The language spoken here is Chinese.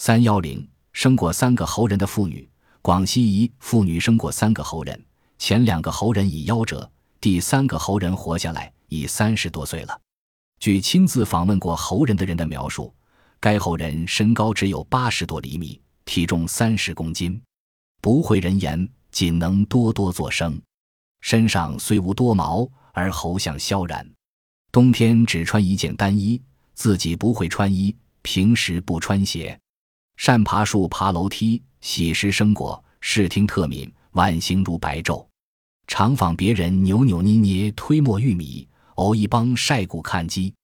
310生过3个侯人的妇女，广西一妇女生过3个侯人，前2个侯人已夭折，第3个侯人活下来已30多岁了。据亲自访问过侯人的人的描述，该侯人身高只有80多厘米，体重30公斤，不会人言，仅能多多作声。身上虽无多毛，而喉相萧然。冬天只穿一件单衣，自己不会穿衣，平时不穿鞋。善爬树爬楼梯，喜食生果，视听特敏，腕形如白昼。常访别人扭扭捏捏推磨玉米，偶一帮晒谷看鸡。